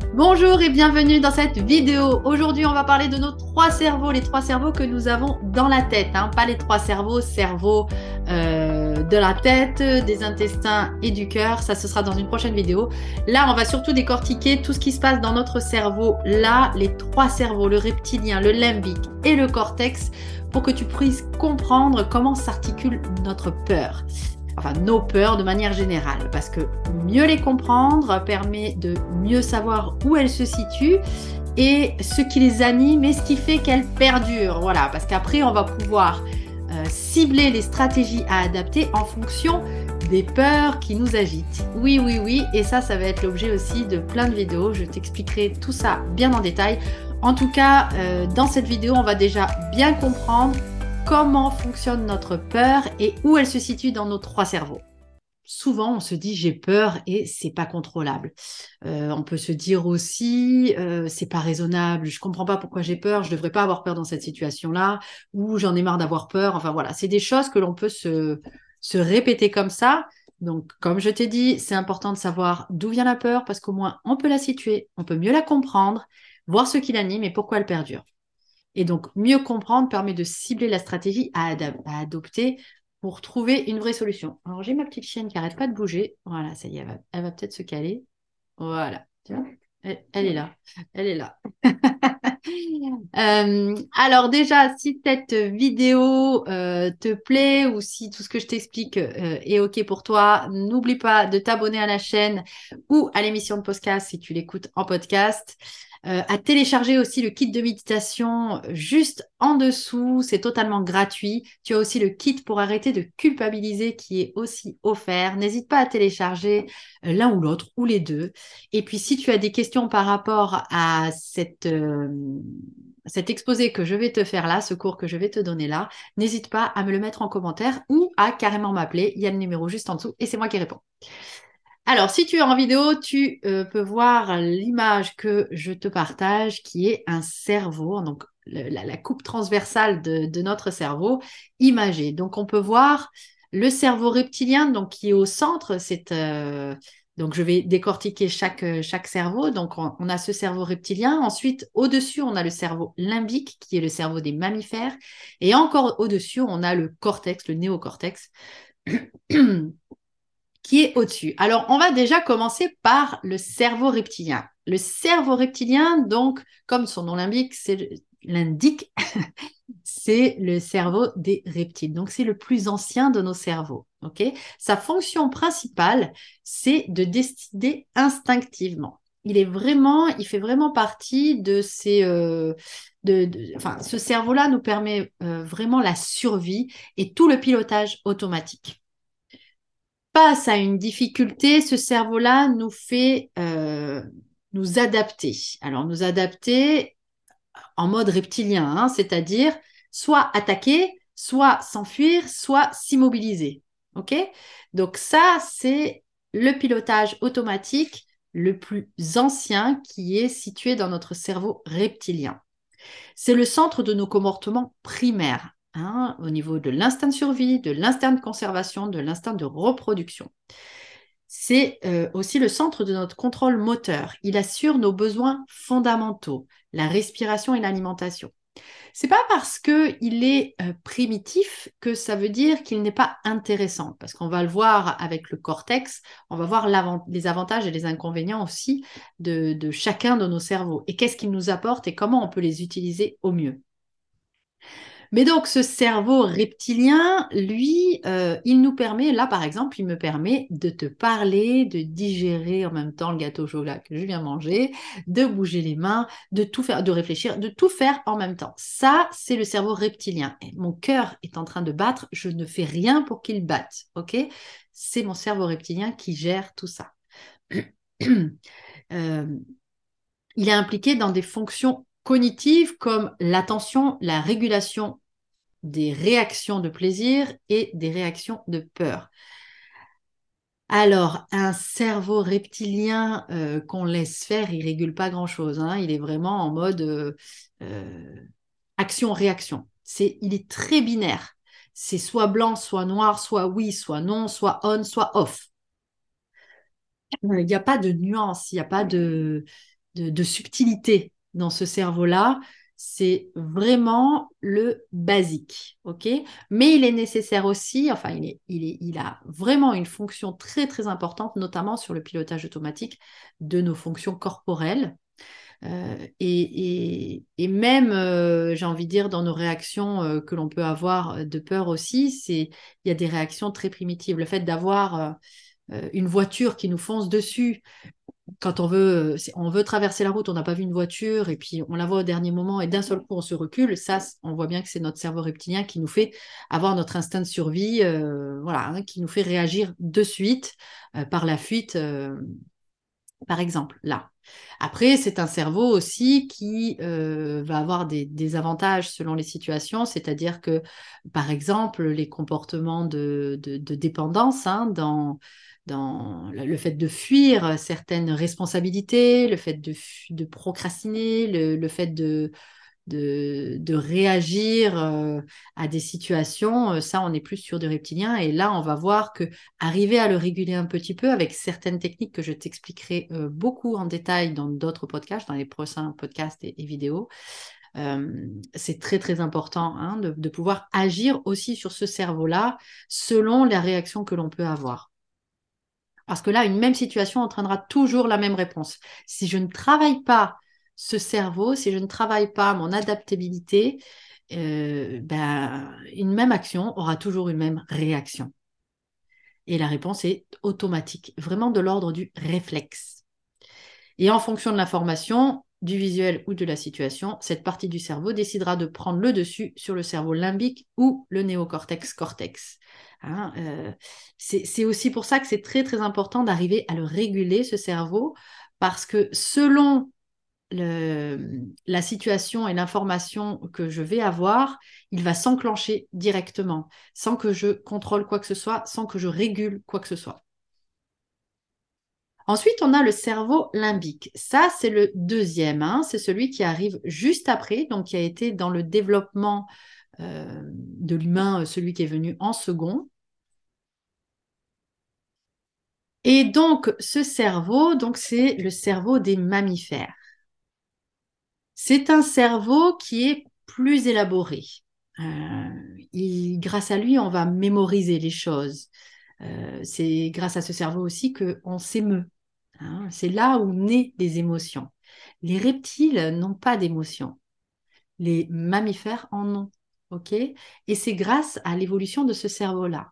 Bonjour et bienvenue dans cette vidéo. Aujourd'hui, on va parler de nos trois cerveaux, les trois cerveaux que nous avons dans la tête, hein. Pas les trois cerveaux, de la tête, des intestins et du cœur. Ça, ce sera dans une prochaine vidéo. Là, on va surtout décortiquer tout ce qui se passe dans notre cerveau. Là, les trois cerveaux, le reptilien, le limbique et le cortex, pour que tu puisses comprendre comment s'articule notre peur. Enfin, nos peurs de manière générale, parce que mieux les comprendre permet de mieux savoir où elles se situent et ce qui les anime et ce qui fait qu'elles perdurent. Voilà, parce qu'après, on va pouvoir cibler les stratégies à adapter en fonction des peurs qui nous agitent. Oui, oui, oui, et ça va être l'objet aussi de plein de vidéos. Je t'expliquerai tout ça bien en détail. En tout cas, dans cette vidéo, on va déjà bien comprendre comment fonctionne notre peur et où elle se situe dans nos trois cerveaux. Souvent, on se dit j'ai peur et c'est pas contrôlable. On peut se dire aussi c'est pas raisonnable, je comprends pas pourquoi j'ai peur, je devrais pas avoir peur dans cette situation-là, ou j'en ai marre d'avoir peur. Enfin voilà, c'est des choses que l'on peut se répéter comme ça. Donc, comme je t'ai dit, c'est important de savoir d'où vient la peur parce qu'au moins on peut la situer, on peut mieux la comprendre, voir ce qui l'anime et pourquoi elle perdure. Et donc, mieux comprendre permet de cibler la stratégie à adopter pour trouver une vraie solution. Alors, j'ai ma petite chienne qui n'arrête pas de bouger. Voilà, ça y est, elle va peut-être se caler. Voilà, tu vois, elle est là. Elle est là. Alors déjà, si cette vidéo te plaît ou si tout ce que je t'explique est OK pour toi, n'oublie pas de t'abonner à la chaîne ou à l'émission de podcast si tu l'écoutes en podcast. À télécharger aussi le kit de méditation juste en dessous, c'est totalement gratuit. Tu as aussi le kit pour arrêter de culpabiliser qui est aussi offert. N'hésite pas à télécharger l'un ou l'autre ou les deux. Et puis si tu as des questions par rapport à cet exposé que je vais te faire là, ce cours que je vais te donner là, n'hésite pas à me le mettre en commentaire ou à carrément m'appeler. Il y a le numéro juste en dessous et c'est moi qui réponds. Alors, si tu es en vidéo, tu peux voir l'image que je te partage qui est un cerveau, donc la coupe transversale de notre cerveau imagée. Donc, on peut voir le cerveau reptilien donc, qui est au centre. Donc, je vais décortiquer chaque cerveau. Donc, on a ce cerveau reptilien. Ensuite, au-dessus, on a le cerveau limbique qui est le cerveau des mammifères. Et encore au-dessus, on a le cortex, le néocortex. Qui est au-dessus. Alors, on va déjà commencer par le cerveau reptilien. Le cerveau reptilien, donc, comme son nom l'indique, c'est le cerveau des reptiles. Donc, c'est le plus ancien de nos cerveaux. Ok. Sa fonction principale, c'est de décider instinctivement. Il fait vraiment partie de ces, enfin, ce cerveau-là nous permet vraiment la survie et tout le pilotage automatique. Face à une difficulté, ce cerveau-là nous fait nous adapter. Alors, nous adapter en mode reptilien, hein, c'est-à-dire soit attaquer, soit s'enfuir, soit s'immobiliser. OK? Donc, ça, c'est le pilotage automatique le plus ancien qui est situé dans notre cerveau reptilien. C'est le centre de nos comportements primaires, hein, au niveau de l'instinct de survie, de l'instinct de conservation, de l'instinct de reproduction. C'est aussi le centre de notre contrôle moteur. Il assure nos besoins fondamentaux, la respiration et l'alimentation. C'est pas parce qu'il est primitif que ça veut dire qu'il n'est pas intéressant, parce qu'on va le voir avec le cortex, on va voir les avantages et les inconvénients aussi de chacun de nos cerveaux et qu'est-ce qu'il nous apporte et comment on peut les utiliser au mieux. Mais donc, ce cerveau reptilien, lui, il nous permet, là par exemple, il me permet de te parler, de digérer en même temps le gâteau au chocolat que je viens manger, de bouger les mains, de tout faire, de réfléchir, de tout faire en même temps. Ça, c'est le cerveau reptilien. Et mon cœur est en train de battre, je ne fais rien pour qu'il batte, ok? C'est mon cerveau reptilien qui gère tout ça. Euh, il est impliqué dans des fonctions cognitives comme l'attention, la régulation des réactions de plaisir et des réactions de peur. Alors, un cerveau reptilien qu'on laisse faire, il régule pas grand-chose, hein. Il est vraiment en mode action-réaction. Il est très binaire. C'est soit blanc, soit noir, soit oui, soit non, soit on, soit off. Il n'y a pas de nuance, il n'y a pas de subtilité dans ce cerveau-là. C'est vraiment le basique, ok? Mais il est nécessaire aussi, enfin, il a vraiment une fonction très, très importante, notamment sur le pilotage automatique de nos fonctions corporelles. Et même, j'ai envie de dire, dans nos réactions que l'on peut avoir de peur aussi, il y a des réactions très primitives. Le fait d'avoir une voiture qui nous fonce dessus, quand on veut traverser la route, on n'a pas vu une voiture et puis on la voit au dernier moment et d'un seul coup on se recule, ça, on voit bien que c'est notre cerveau reptilien qui nous fait avoir notre instinct de survie, voilà, hein, qui nous fait réagir de suite par la fuite, par exemple, là. Après, c'est un cerveau aussi qui va avoir des avantages selon les situations, c'est-à-dire que, par exemple, les comportements de dépendance, hein, dans le fait de fuir certaines responsabilités, le fait de procrastiner, le fait de réagir à des situations, ça, on est plus sur du reptilien. Et là, on va voir que arriver à le réguler un petit peu avec certaines techniques que je t'expliquerai beaucoup en détail dans d'autres podcasts, dans les prochains podcasts et vidéos, c'est très, très important hein, de pouvoir agir aussi sur ce cerveau-là selon la réaction que l'on peut avoir. Parce que là, une même situation entraînera toujours la même réponse. Si je ne travaille pas ce cerveau, si je ne travaille pas mon adaptabilité, ben, une même action aura toujours une même réaction. Et la réponse est automatique, vraiment de l'ordre du réflexe. Et en fonction de l'information, du visuel ou de la situation, cette partie du cerveau décidera de prendre le dessus sur le cerveau limbique ou le néocortex-cortex. Hein, c'est aussi pour ça que c'est très très important d'arriver à le réguler, ce cerveau, parce que selon la situation et l'information que je vais avoir, il va s'enclencher directement, sans que je contrôle quoi que ce soit, sans que je régule quoi que ce soit. Ensuite, on a le cerveau limbique. Ça, c'est le deuxième, hein. C'est celui qui arrive juste après, donc qui a été dans le développement de l'humain, celui qui est venu en second. Et donc, ce cerveau, donc, c'est le cerveau des mammifères. C'est un cerveau qui est plus élaboré. Grâce à lui, on va mémoriser les choses. C'est grâce à ce cerveau aussi qu'on s'émeut. Hein. C'est là où naissent les émotions. Les reptiles n'ont pas d'émotions. Les mammifères en ont. OK? Et c'est grâce à l'évolution de ce cerveau-là.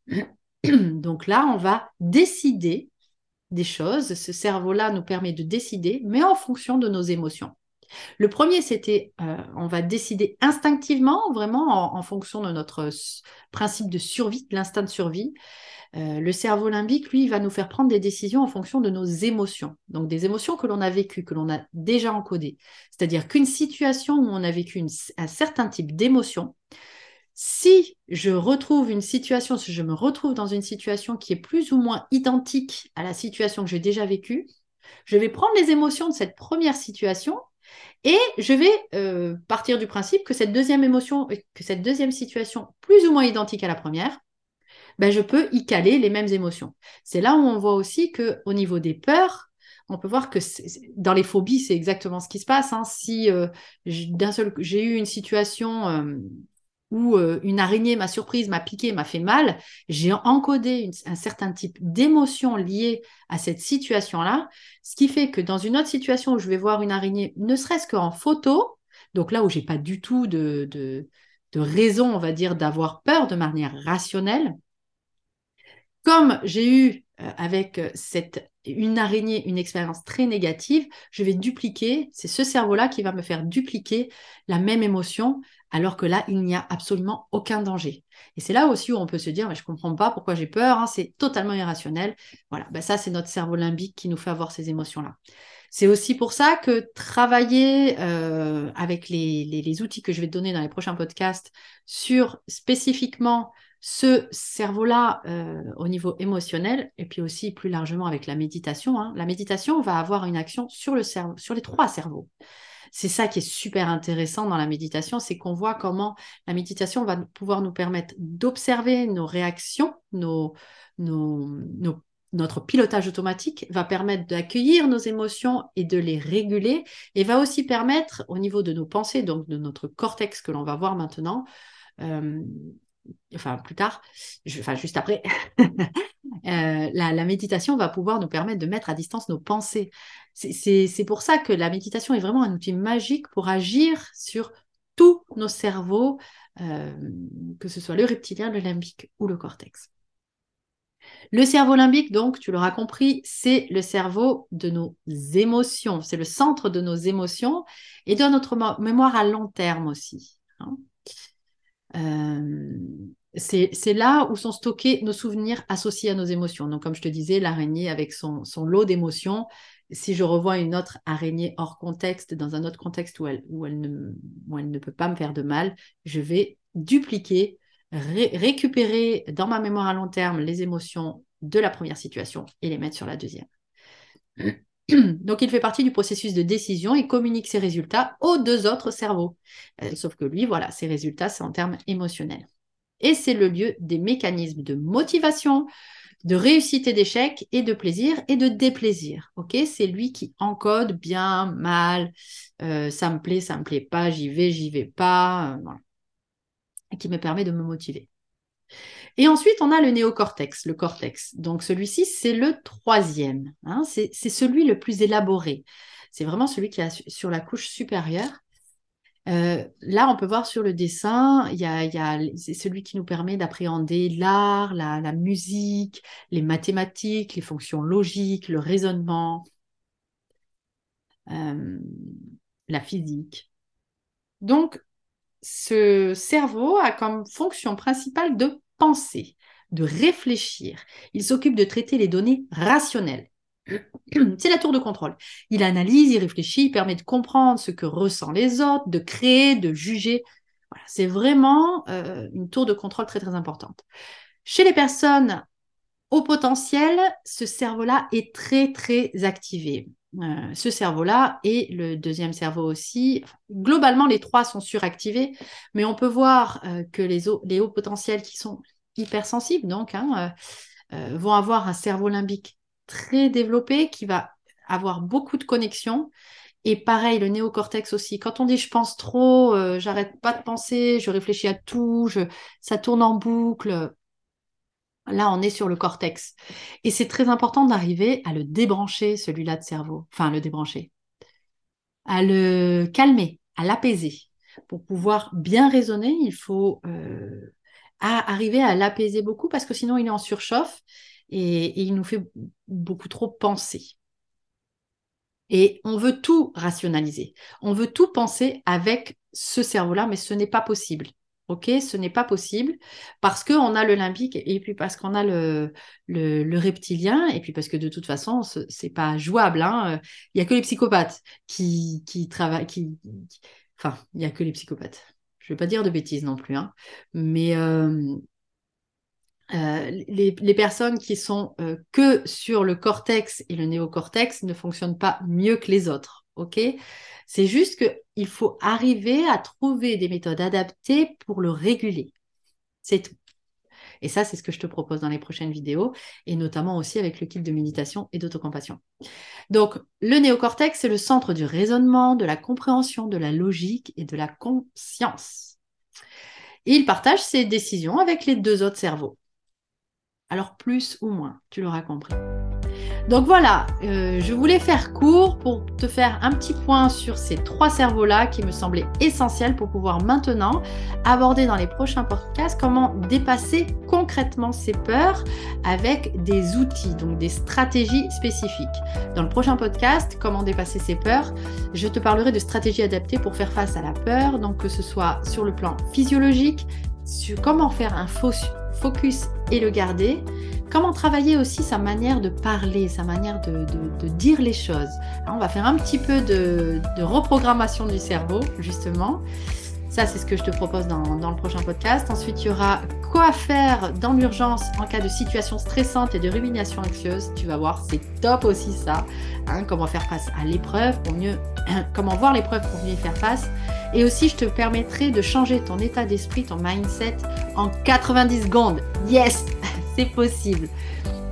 Donc là, on va décider des choses. Ce cerveau-là nous permet de décider, mais en fonction de nos émotions. Le premier, c'était, on va décider instinctivement, vraiment en fonction de notre principe de survie, de l'instinct de survie. Le cerveau limbique, lui, va nous faire prendre des décisions en fonction de nos émotions. Donc des émotions que l'on a vécues, que l'on a déjà encodées. C'est-à-dire qu'une situation où on a vécu un certain type d'émotion, si je retrouve une situation, si je me retrouve dans une situation qui est plus ou moins identique à la situation que j'ai déjà vécue, je vais prendre les émotions de cette première situation et je vais partir du principe que cette deuxième émotion, que cette deuxième situation, plus ou moins identique à la première, ben, je peux y caler les mêmes émotions. C'est là où on voit aussi qu'au niveau des peurs, on peut voir que dans les phobies, c'est exactement ce qui se passe. Hein. Si j'ai eu une situation où une araignée m'a surprise, m'a piqué, m'a fait mal, j'ai encodé un certain type d'émotion liée à cette situation-là, ce qui fait que dans une autre situation où je vais voir une araignée, ne serait-ce qu'en photo, donc là où j'ai pas du tout de raison, on va dire, d'avoir peur de manière rationnelle, comme j'ai eu avec une araignée une expérience très négative, je vais dupliquer, c'est ce cerveau-là qui va me faire dupliquer la même émotion, alors que là, il n'y a absolument aucun danger. Et c'est là aussi où on peut se dire, mais je ne comprends pas pourquoi j'ai peur, hein, c'est totalement irrationnel. Voilà, ben ça, c'est notre cerveau limbique qui nous fait avoir ces émotions-là. C'est aussi pour ça que travailler avec les outils que je vais te donner dans les prochains podcasts sur spécifiquement ce cerveau-là au niveau émotionnel, et puis aussi plus largement avec la méditation. Hein. La méditation va avoir une action sur le cerveau, sur les trois cerveaux. C'est ça qui est super intéressant dans la méditation, c'est qu'on voit comment la méditation va pouvoir nous permettre d'observer nos réactions, nos notre pilotage automatique va permettre d'accueillir nos émotions et de les réguler, et va aussi permettre au niveau de nos pensées, donc de notre cortex que l'on va voir maintenant, plus tard, juste après, la méditation va pouvoir nous permettre de mettre à distance nos pensées. C'est pour ça que la méditation est vraiment un outil magique pour agir sur tous nos cerveaux, que ce soit le reptilien, le limbique ou le cortex. Le cerveau limbique, donc, tu l'auras compris, c'est le cerveau de nos émotions. C'est le centre de nos émotions et de notre mémoire à long terme aussi. C'est là où sont stockés nos souvenirs associés à nos émotions. Donc, comme je te disais, l'araignée avec son lot d'émotions, si je revois une autre araignée hors contexte, dans un autre contexte où elle ne peut pas me faire de mal, je vais dupliquer, récupérer dans ma mémoire à long terme les émotions de la première situation et les mettre sur la deuxième. Donc, il fait partie du processus de décision et communique ses résultats aux deux autres cerveaux. Sauf que lui, voilà, ses résultats, c'est en termes émotionnels. Et c'est le lieu des mécanismes de motivation, de réussite et d'échec, et de plaisir et de déplaisir. Okay, c'est lui qui encode bien, mal, ça me plaît pas, j'y vais pas, voilà. Et qui me permet de me motiver. Et ensuite, on a le néocortex, le cortex. Donc, celui-ci, c'est le troisième. C'est celui le plus élaboré. C'est vraiment celui qui est sur la couche supérieure. Là, on peut voir sur le dessin, c'est celui qui nous permet d'appréhender l'art, la musique, les mathématiques, les fonctions logiques, le raisonnement, la physique. Donc, ce cerveau a comme fonction principale de penser, de réfléchir. Il s'occupe de traiter les données rationnelles. C'est la tour de contrôle. Il analyse, il réfléchit, il permet de comprendre ce que ressentent les autres, de créer, de juger. Voilà, c'est vraiment une tour de contrôle très, très importante. Chez les personnes au potentiel, ce cerveau-là est très, très activé. Ce cerveau-là et le deuxième cerveau aussi. Globalement, les trois sont suractivés, mais on peut voir que les hauts potentiels qui sont hypersensibles, donc, vont avoir un cerveau limbique très développé qui va avoir beaucoup de connexions. Et pareil, le néocortex aussi. Quand on dit je pense trop, j'arrête pas de penser, je réfléchis à tout, ça tourne en boucle. Là, on est sur le cortex. Et c'est très important d'arriver à le débrancher, celui-là de cerveau. Enfin, le débrancher. À le calmer, à l'apaiser. Pour pouvoir bien raisonner, il faut arriver à l'apaiser beaucoup parce que sinon, il est en surchauffe et il nous fait beaucoup trop penser. Et on veut tout rationaliser. On veut tout penser avec ce cerveau-là, mais ce n'est pas possible. Ok, ce n'est pas possible parce qu'on a le limbique et puis parce qu'on a le reptilien et puis parce que de toute façon, c'est pas jouable. Il n'y a que les psychopathes qui travaillent. Enfin, il n'y a que les psychopathes. Je ne vais pas dire de bêtises non plus, mais les personnes qui sont que sur le cortex et le néocortex ne fonctionnent pas mieux que les autres. Ok, c'est juste qu'il faut arriver à trouver des méthodes adaptées pour le réguler. C'est tout. Et ça, c'est ce que je te propose dans les prochaines vidéos, et notamment aussi avec le kit de méditation et d'autocompassion. Donc, le néocortex, c'est le centre du raisonnement, de la compréhension, de la logique et de la conscience. Et il partage ses décisions avec les deux autres cerveaux. Alors, plus ou moins, tu l'auras compris. Donc voilà, je voulais faire court pour te faire un petit point sur ces trois cerveaux-là qui me semblaient essentiels pour pouvoir maintenant aborder dans les prochains podcasts comment dépasser concrètement ces peurs avec des outils, donc des stratégies spécifiques. Dans le prochain podcast, comment dépasser ces peurs, je te parlerai de stratégies adaptées pour faire face à la peur, donc que ce soit sur le plan physiologique, sur comment faire un focus et le garder, comment travailler aussi sa manière de parler, sa manière de dire les choses. Alors, on va faire un petit peu de reprogrammation du cerveau, justement. Ça, c'est ce que je te propose dans le prochain podcast. Ensuite, il y aura quoi faire dans l'urgence en cas de situation stressante et de rumination anxieuse. Tu vas voir, c'est top aussi ça. Comment faire face à l'épreuve pour mieux... comment voir l'épreuve pour mieux y faire face. Et aussi, je te permettrai de changer ton état d'esprit, ton mindset en 90 secondes. Yes, c'est possible.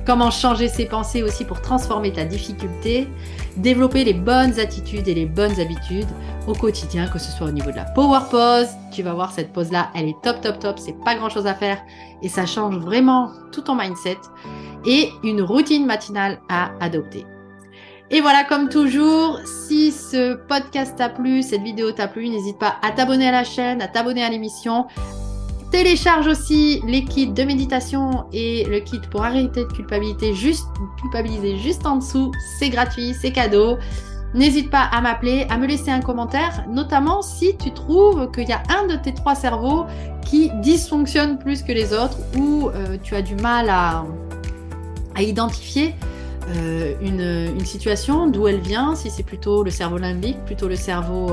comment changer ses pensées aussi pour transformer ta difficulté, développer les bonnes attitudes et les bonnes habitudes au quotidien, que ce soit au niveau de la power pose. Tu vas voir, cette pose-là, elle est top, top, top, c'est pas grand-chose à faire et ça change vraiment tout ton mindset, et une routine matinale à adopter. Et voilà, comme toujours, si ce podcast t'a plu, cette vidéo t'a plu, n'hésite pas à t'abonner à la chaîne, à t'abonner à l'émission. Télécharge aussi les kits de méditation et le kit pour arrêter de culpabiliser juste en dessous. C'est gratuit, c'est cadeau. N'hésite pas à m'appeler, à me laisser un commentaire, notamment si tu trouves qu'il y a un de tes 3 cerveaux qui dysfonctionne plus que les autres, ou tu as du mal à identifier une situation, d'où elle vient, si c'est plutôt le cerveau limbique, plutôt le cerveau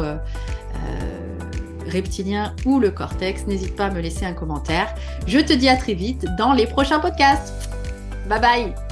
reptilien ou le cortex. N'hésite pas à me laisser un commentaire. Je te dis à très vite dans les prochains podcasts. Bye bye.